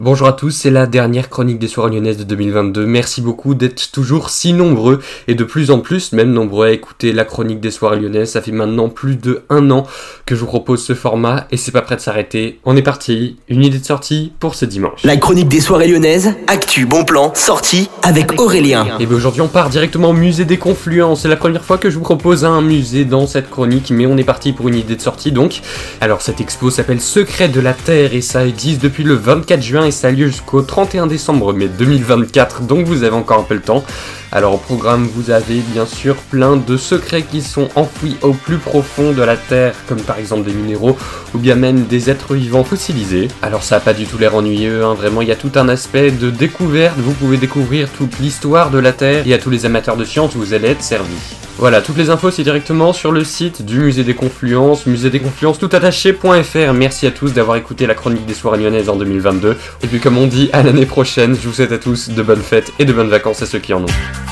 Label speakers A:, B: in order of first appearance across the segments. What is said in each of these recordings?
A: Bonjour à tous, c'est la dernière chronique des soirées lyonnaises de 2022. Merci beaucoup d'être toujours si nombreux et de plus en plus, même nombreux à écouter la chronique des soirées lyonnaises. Ça fait maintenant plus de 1 an que je vous propose ce format et c'est pas prêt de s'arrêter. On est parti, une idée de sortie pour ce dimanche.
B: La chronique des soirées lyonnaises, actu, bon plan, sortie avec Aurélien.
A: Et bien aujourd'hui on part directement au musée des Confluences. C'est la première fois que je vous propose un musée dans cette chronique, mais on est parti pour une idée de sortie donc. Alors cette expo s'appelle Secrets de la Terre et ça existe depuis le 24 juin et ça a lieu jusqu'au 31 décembre mai 2024, donc vous avez encore un peu le temps. Alors au programme vous avez bien sûr plein de secrets qui sont enfouis au plus profond de la Terre, comme par exemple des minéraux ou bien même des êtres vivants fossilisés. Alors ça n'a pas du tout l'air ennuyeux, vraiment il y a tout un aspect de découverte, vous pouvez découvrir toute l'histoire de la Terre et à tous les amateurs de sciences vous allez être servis. Voilà, toutes les infos c'est directement sur le site du musée des Confluences, musédesconfluences toutattaché.fr. Merci à tous d'avoir écouté la chronique des soirées lyonnaises en 2022. Et puis comme on dit, à l'année prochaine, je vous souhaite à tous de bonnes fêtes et de bonnes vacances à ceux qui en ont.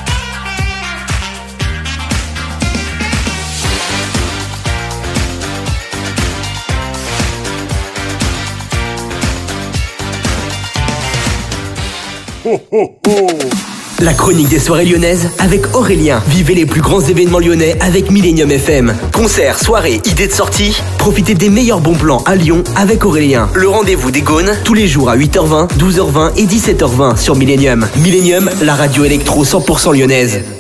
B: Ho, ho, ho. La chronique des soirées lyonnaises avec Aurélien. Vivez les plus grands événements lyonnais avec Millennium FM. Concerts, soirées, idées de sortie. Profitez des meilleurs bons plans à Lyon avec Aurélien. Le rendez-vous des Gaunes, tous les jours à 8h20, 12h20 et 17h20 sur Millennium. Millennium, la radio électro 100% lyonnaise.